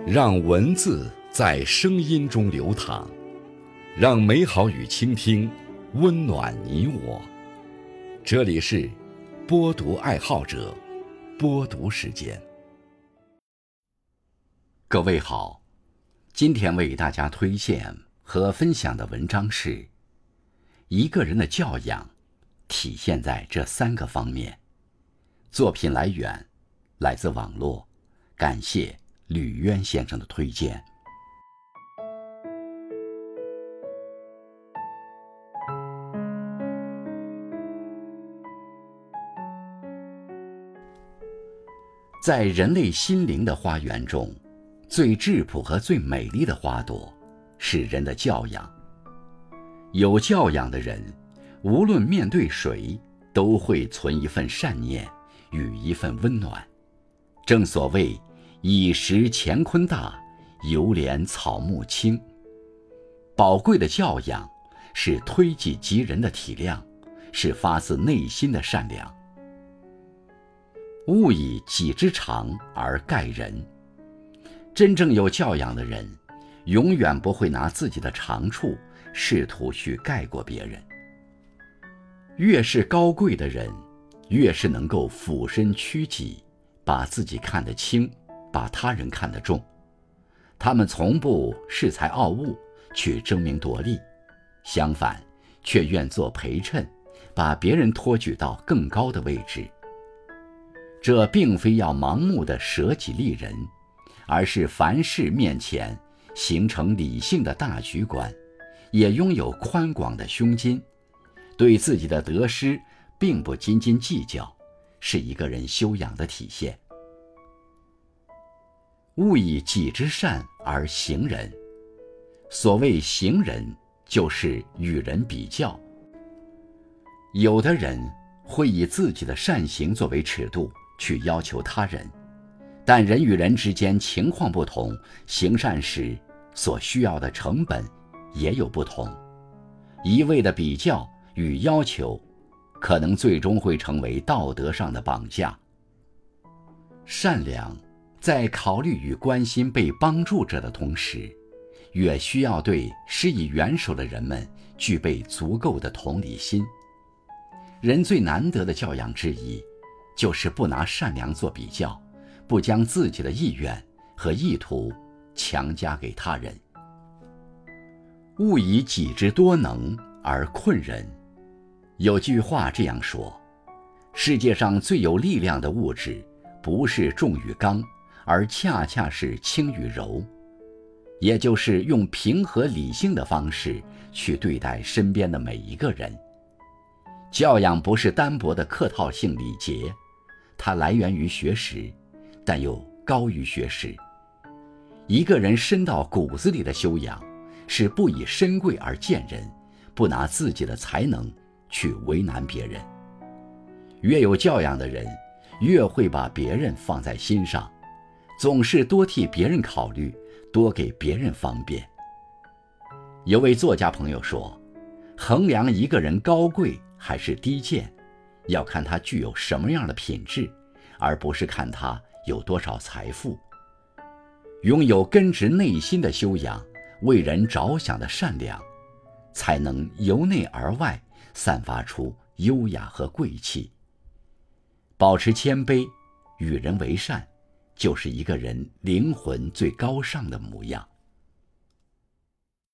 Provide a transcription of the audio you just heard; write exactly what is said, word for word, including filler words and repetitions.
让文字在声音中流淌，让美好与倾听温暖你我。这里是播读爱好者播读时间。各位好，今天为大家推荐和分享的文章是：一个人的教养体现在这三个方面。作品来源来自网络，感谢吕渊先生的推荐。在人类心灵的花园中，最质朴和最美丽的花朵是人的教养。有教养的人，无论面对谁，都会存一份善念与一份温暖。正所谓以识乾坤大，犹怜草木青。宝贵的教养是推己及人的体谅，是发自内心的善良。勿以己之长而盖人。真正有教养的人，永远不会拿自己的长处试图去盖过别人。越是高贵的人，越是能够俯身屈己，把自己看得轻，把他人看得重。他们从不恃才傲物去争名夺利，相反，却愿做陪衬，把别人托举到更高的位置。这并非要盲目的舍己利人，而是凡事面前形成理性的大局观，也拥有宽广的胸襟，对自己的得失并不斤斤计较，是一个人修养的体现。勿以己之善而行人。所谓行人，就是与人比较。有的人会以自己的善行作为尺度去要求他人，但人与人之间情况不同，行善时所需要的成本也有不同。一味的比较与要求，可能最终会成为道德上的绑架。善良在考虑与关心被帮助者的同时，也需要对施以援手的人们具备足够的同理心。人最难得的教养之一，就是不拿善良做比较，不将自己的意愿和意图强加给他人。勿以己之多能而困人。有句话这样说：世界上最有力量的物质，不是重与刚，而恰恰是轻与柔。也就是用平和理性的方式去对待身边的每一个人。教养不是单薄的客套性礼节，它来源于学识，但又高于学识。一个人深到骨子里的修养，是不以身贵而贱人，不拿自己的才能去为难别人。越有教养的人，越会把别人放在心上，总是多替别人考虑，多给别人方便。有位作家朋友说，衡量一个人高贵还是低贱，要看他具有什么样的品质，而不是看他有多少财富。拥有根植内心的修养，为人着想的善良，才能由内而外散发出优雅和贵气。保持谦卑，与人为善，就是一个人灵魂最高尚的模样。